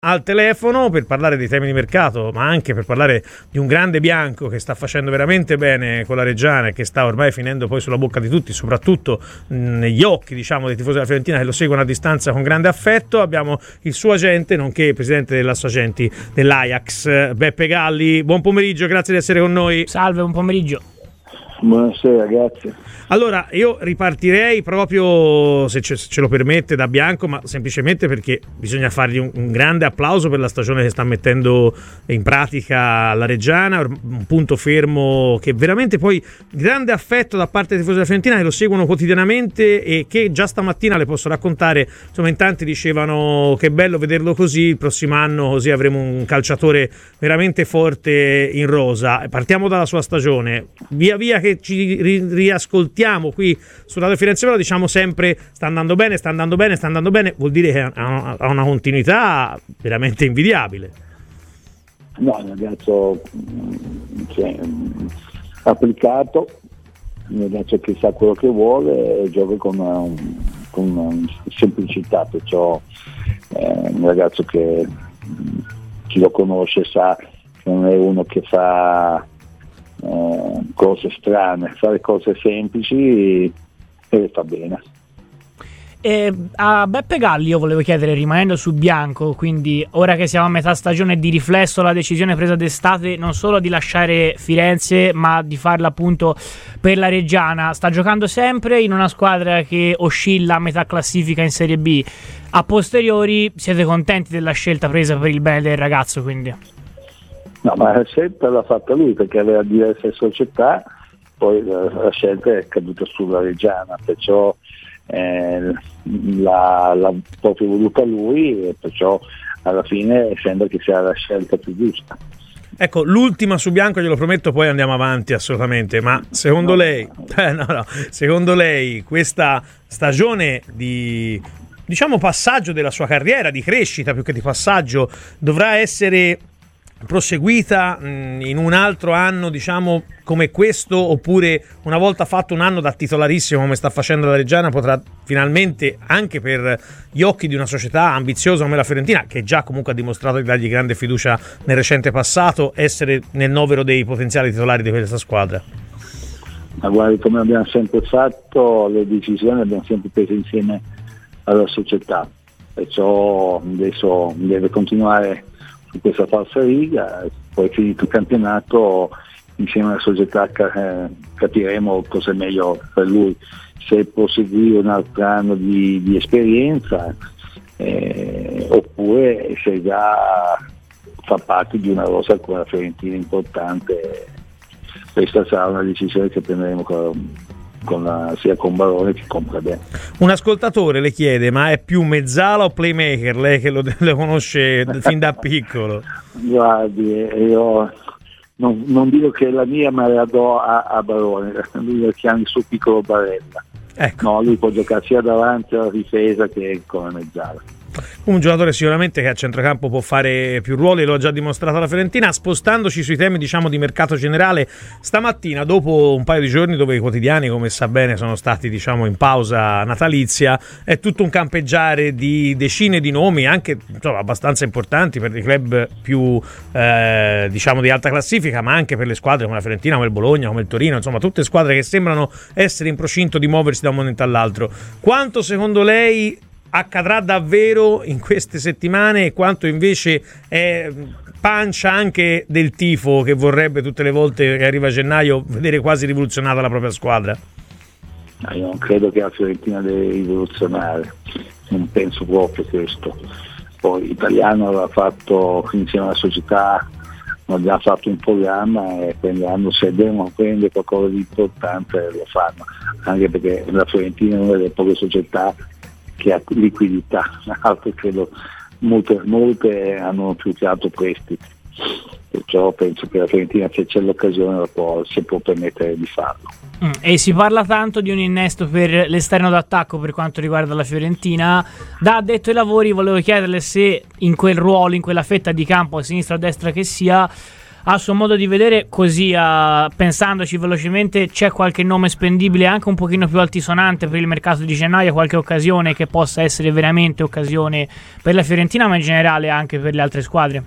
al telefono per parlare dei temi di mercato, ma anche per parlare di un grande bianco che sta facendo veramente bene con la Reggiana e che sta ormai finendo poi sulla bocca di tutti, soprattutto negli occhi, diciamo, dei tifosi della Fiorentina che lo seguono a distanza con grande affetto. Abbiamo il suo agente, nonché presidente dell'Associagenti dell'Ajax, Beppe Galli. Buon pomeriggio, grazie di essere con noi. Salve, buon pomeriggio. Buonasera, grazie. Allora, io ripartirei proprio, se ce lo permette, da Bianco, ma semplicemente perché bisogna fargli un grande applauso per la stagione che sta mettendo in pratica la Reggiana, un punto fermo che veramente poi grande affetto da parte dei tifosi della Fiorentina che lo seguono quotidianamente e che già stamattina le posso raccontare, insomma, in tanti dicevano che bello vederlo così, il prossimo anno così avremo un calciatore veramente forte in rosa. Partiamo dalla sua stagione, via via che ci riascoltiamo qui su Radio Firenze Vero diciamo sempre sta andando bene, vuol dire che ha una continuità veramente invidiabile. No, un ragazzo applicato, un ragazzo che sa quello che vuole e gioca con semplicità, perciò un ragazzo che chi lo conosce sa che non è uno che fa cose strane, fare cose semplici e le fa bene. A Beppe Galli io volevo chiedere, rimanendo su Bianco, quindi ora che siamo a metà stagione, di riflesso la decisione presa d'estate non solo di lasciare Firenze ma di farla appunto per la Reggiana, sta giocando sempre in una squadra che oscilla a metà classifica in Serie B. A posteriori siete contenti della scelta presa per il bene del ragazzo, quindi? No, ma la scelta l'ha fatta lui perché aveva diverse società, poi la scelta è caduta sulla Reggiana, perciò l'ha proprio voluta lui e perciò alla fine sembra che sia la scelta più giusta. Ecco, l'ultima su Bianco, glielo prometto, poi andiamo avanti assolutamente, ma secondo lei secondo lei questa stagione di, diciamo, passaggio della sua carriera, di crescita più che di passaggio, dovrà essere proseguita in un altro anno, diciamo, come questo, oppure una volta fatto un anno da titolarissimo come sta facendo la Reggiana potrà finalmente, anche per gli occhi di una società ambiziosa come la Fiorentina, che già comunque ha dimostrato di dargli grande fiducia nel recente passato, essere nel novero dei potenziali titolari di questa squadra? Ma guardi, come abbiamo sempre fatto, le decisioni le abbiamo sempre prese insieme alla società, perciò adesso deve continuare su questa falsa riga, poi finito il campionato insieme alla società capiremo cosa è meglio per lui, se proseguire un altro anno di esperienza oppure se già fa parte di una rosa con la Fiorentina importante. Questa sarà una decisione che prenderemo sia con Barone che con Pradè. Un ascoltatore le chiede: ma è più mezzala o playmaker, lei che lo conosce fin da piccolo? Guardi, io non dico che è la mia, ma la do a Barone, lui lo chiama il suo piccolo Barella. Ecco. No, lui può giocare sia davanti alla difesa che come mezzala. Un giocatore sicuramente che a centrocampo può fare più ruoli, lo ha già dimostrato la Fiorentina. Spostandoci sui temi, diciamo, di mercato generale, stamattina, dopo un paio di giorni dove i quotidiani, come sa bene, sono stati, diciamo, in pausa natalizia, è tutto un campeggiare di decine di nomi, anche, insomma, abbastanza importanti per i club più diciamo di alta classifica, ma anche per le squadre come la Fiorentina, come il Bologna, come il Torino, insomma tutte squadre che sembrano essere in procinto di muoversi da un momento all'altro. Quanto secondo lei accadrà davvero in queste settimane e quanto invece è pancia anche del tifo che vorrebbe tutte le volte che arriva gennaio vedere quasi rivoluzionata la propria squadra? Io non credo che la Fiorentina deve rivoluzionare, non penso proprio questo. Poi l'italiano aveva fatto insieme alla società, hanno già fatto un programma e prenderanno, se devono prendere qualcosa di importante lo fanno, anche perché la Fiorentina è una delle poche società che ha liquidità, altre credo molte hanno più che altro prestiti, perciò penso che la Fiorentina, se c'è l'occasione, si può permettere di farlo. E si parla tanto di un innesto per l'esterno d'attacco per quanto riguarda la Fiorentina. Da addetto ai lavori volevo chiederle se in quel ruolo, in quella fetta di campo a sinistra o a destra che sia, a suo modo di vedere, così pensandoci velocemente, c'è qualche nome spendibile anche un pochino più altisonante per il mercato di gennaio, qualche occasione che possa essere veramente occasione per la Fiorentina, ma in generale anche per le altre squadre?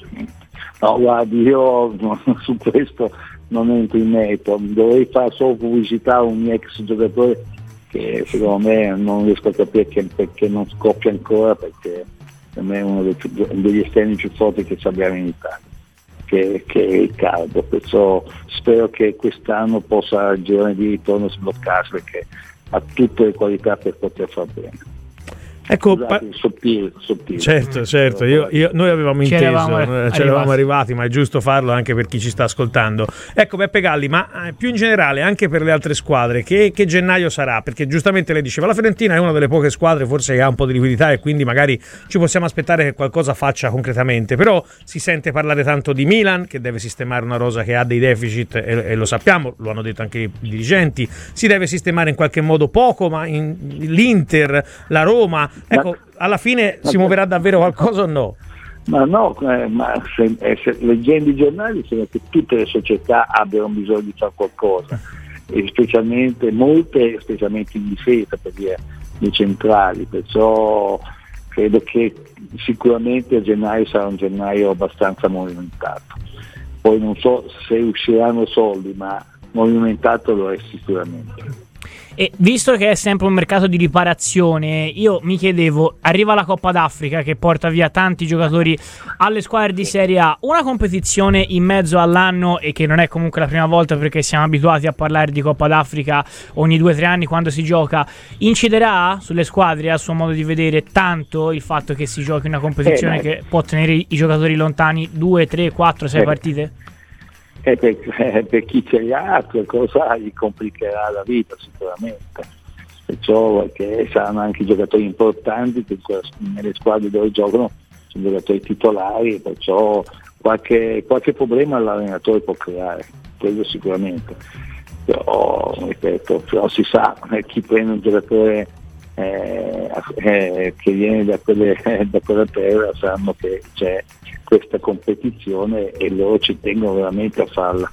No, guardi, io su questo non entro in merito, dovrei fare solo pubblicità a un mio ex giocatore che secondo me non riesco a capire perché non scoppia ancora, perché per me è uno degli esterni più forti che abbiamo in Italia, che è Riccardo, perciò spero che quest'anno possa il girone di ritorno sbloccarsi, perché ha tutte le qualità per poter far bene. Ecco, sottile. Certo, noi avevamo inteso, ci eravamo arrivati, ma è giusto farlo anche per chi ci sta ascoltando. Ecco, Beppe Galli, ma più in generale anche per le altre squadre, che gennaio sarà? Perché giustamente lei diceva, la Fiorentina è una delle poche squadre forse che ha un po' di liquidità e quindi magari ci possiamo aspettare che qualcosa faccia concretamente, però si sente parlare tanto di Milan, che deve sistemare una rosa che ha dei deficit e lo sappiamo, lo hanno detto anche i dirigenti, si deve sistemare in qualche modo poco, ma l'Inter, la Roma. Ecco, alla fine si muoverà davvero qualcosa o no? Ma no, leggendo i giornali sembra che tutte le società abbiano bisogno di fare qualcosa, e specialmente in difesa per via dei centrali, perciò credo che sicuramente a gennaio sarà un gennaio abbastanza movimentato. Poi non so se usciranno soldi, ma movimentato lo è sicuramente. E visto che è sempre un mercato di riparazione, io mi chiedevo, arriva la Coppa d'Africa che porta via tanti giocatori alle squadre di Serie A, una competizione in mezzo all'anno, e che non è comunque la prima volta perché siamo abituati a parlare di Coppa d'Africa ogni 2 o 3 anni quando si gioca, inciderà sulle squadre a suo modo di vedere tanto il fatto che si giochi una competizione che può tenere i giocatori lontani 2, 3, 4, 6 partite? Per chi ce li ha qualcosa gli complicherà la vita sicuramente, perciò perché saranno anche giocatori importanti che nelle squadre dove giocano sono giocatori titolari, perciò qualche problema l'allenatore può creare, quello sicuramente, però ripeto, però si sa, chi prende un giocatore che viene da quella terra sanno che c'è questa competizione e loro ci tengono veramente a farla,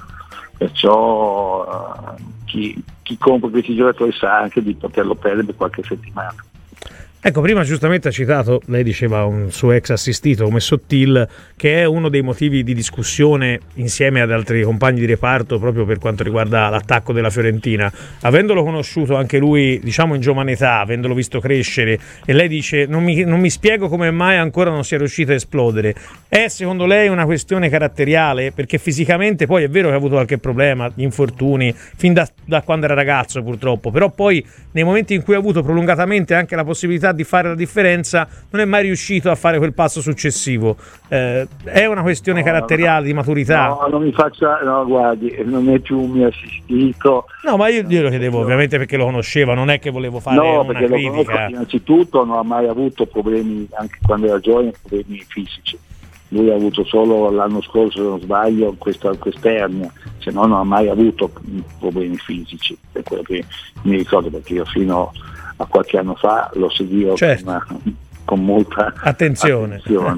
perciò chi compra questi giocatori sa anche di poterlo perdere per qualche settimana. Ecco, prima giustamente ha citato, lei diceva un suo ex assistito come Sottil, che è uno dei motivi di discussione insieme ad altri compagni di reparto proprio per quanto riguarda l'attacco della Fiorentina. Avendolo conosciuto anche lui, diciamo in giovane età, avendolo visto crescere, e lei dice non mi spiego come mai ancora non sia riuscito a esplodere. È secondo lei una questione caratteriale? Perché fisicamente poi è vero che ha avuto qualche problema, gli infortuni, fin da quando era ragazzo purtroppo, però poi nei momenti in cui ha avuto prolungatamente anche la possibilità di fare la differenza non è mai riuscito a fare quel passo successivo. È una questione caratteriale, di maturità? No, non mi faccia, no, guardi, non è più un mio assistito. No, ma io glielo chiedevo ovviamente perché lo conosceva, non è che volevo fare una critica. Lo conosco, innanzitutto non ha mai avuto problemi, anche quando era giovane, problemi fisici. Lui ha avuto solo l'anno scorso, se non sbaglio, quest'ernia, se no non ha mai avuto problemi fisici, per quello che mi ricordo, perché io fino a qualche anno fa lo seguivo, certo, con molta attenzione.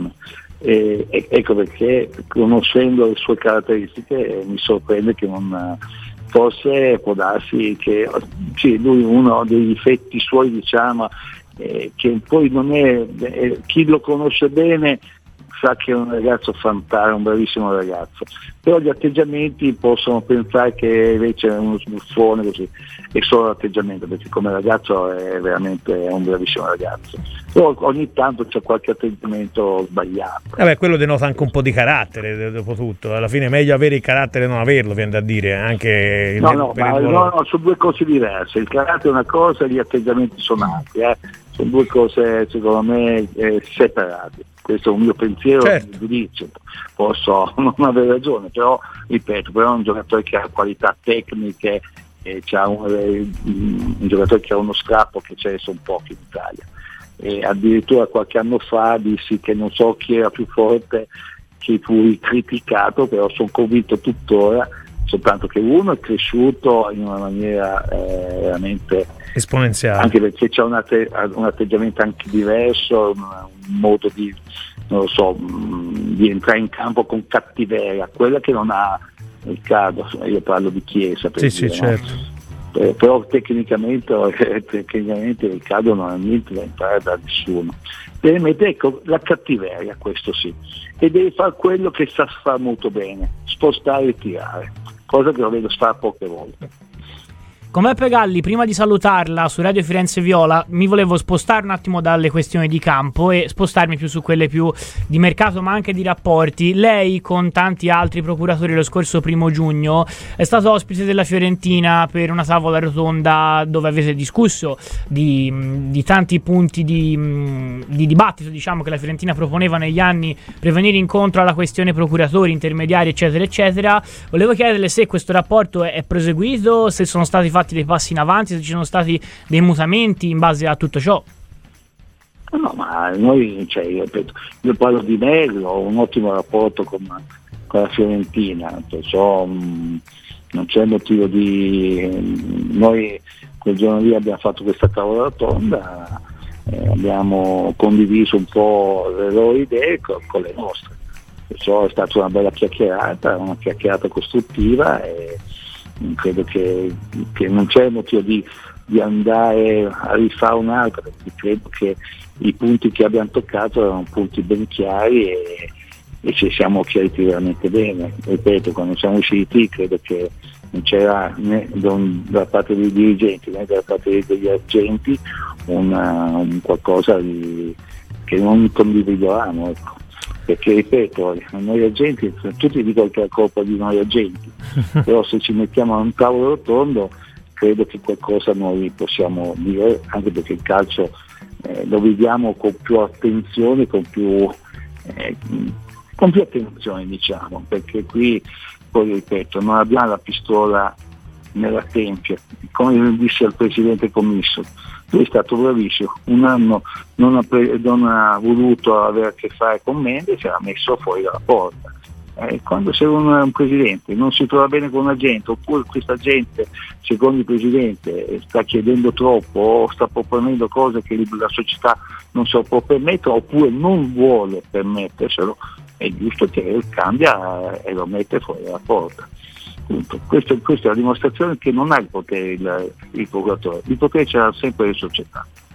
E ecco perché, conoscendo le sue caratteristiche, mi sorprende che non, forse può darsi che lui, uno dei difetti suoi, diciamo, che poi non è, chi lo conosce bene sa che è un ragazzo fantastico, un bravissimo ragazzo, però gli atteggiamenti possono pensare che invece è uno sbuffone, così è solo l'atteggiamento, perché come ragazzo è veramente un bravissimo ragazzo, però ogni tanto c'è qualche atteggiamento sbagliato. Quello denota anche un po' di carattere, dopo tutto, alla fine è meglio avere il carattere e non averlo, viene da dire, anche no, sono due cose diverse, il carattere è una cosa e gli atteggiamenti sono altri, sono due cose secondo me separate. Questo è un mio pensiero, certo, un giudizio, posso non avere ragione, però ripeto, però è un giocatore che ha qualità tecniche, c'ha un giocatore che ha uno scappo che ce ne sono pochi in Italia, e addirittura qualche anno fa dissi che non so chi era più forte, che fui criticato, però sono convinto tuttora, soltanto che uno è cresciuto in una maniera veramente esponenziale, anche perché c'è un atteggiamento anche diverso, un modo di, non lo so, di entrare in campo con cattiveria, quella che non ha Riccardo. Io parlo di Chiesa, per sì, dire, certo. no? Però tecnicamente Riccardo non ha niente da imparare da nessuno. Deve mettere, ecco, la cattiveria, questo sì, e deve fare quello che sa fare molto bene, spostare e tirare, cosa che lo vedo fare poche volte. Con Beppe Galli, prima di salutarla su Radio Firenze Viola, mi volevo spostare un attimo dalle questioni di campo e spostarmi più su quelle più di mercato, ma anche di rapporti. Lei, con tanti altri procuratori lo scorso 1 giugno, è stato ospite della Fiorentina per una tavola rotonda dove avete discusso di tanti punti di dibattito, diciamo, che la Fiorentina proponeva negli anni per venire incontro alla questione procuratori, intermediari, eccetera, eccetera. Volevo chiederle se questo rapporto è proseguito, se sono stati fatti dei passi in avanti, se ci sono stati dei mutamenti in base a tutto ciò. No, ma noi, io parlo di me, ho un ottimo rapporto con la Fiorentina, perciò non c'è motivo di... Noi quel giorno lì abbiamo fatto questa tavola rotonda, abbiamo condiviso un po' le loro idee con le nostre, perciò è stata una bella chiacchierata costruttiva, e credo che non c'è motivo di andare a rifare un'altra, perché credo che i punti che abbiamo toccato erano punti ben chiari e ci siamo chiariti veramente bene. Ripeto, quando siamo usciti credo che non c'era né da parte dei dirigenti né da parte degli agenti un qualcosa che non condividevamo, ecco. Perché ripeto, noi agenti, tutti dicono che è colpa di noi agenti, però se ci mettiamo a un tavolo rotondo credo che qualcosa noi possiamo dire, anche perché il calcio lo viviamo con più attenzione, con più attenzione, diciamo, perché qui poi ripeto, non abbiamo la pistola nella tempia, come disse al presidente Commisso. Lui è stato bravissimo, un anno non ha voluto avere a che fare con me e ci ha messo fuori dalla porta. Quando sei un presidente non si trova bene con una gente, oppure questa gente, secondo il presidente, sta chiedendo troppo o sta proponendo cose che la società non se lo può permettere, oppure non vuole permetterselo, è giusto che cambia e lo mette fuori dalla porta. Questa è la dimostrazione che non ha il potere il procuratore, il potere ce l'ha sempre le società.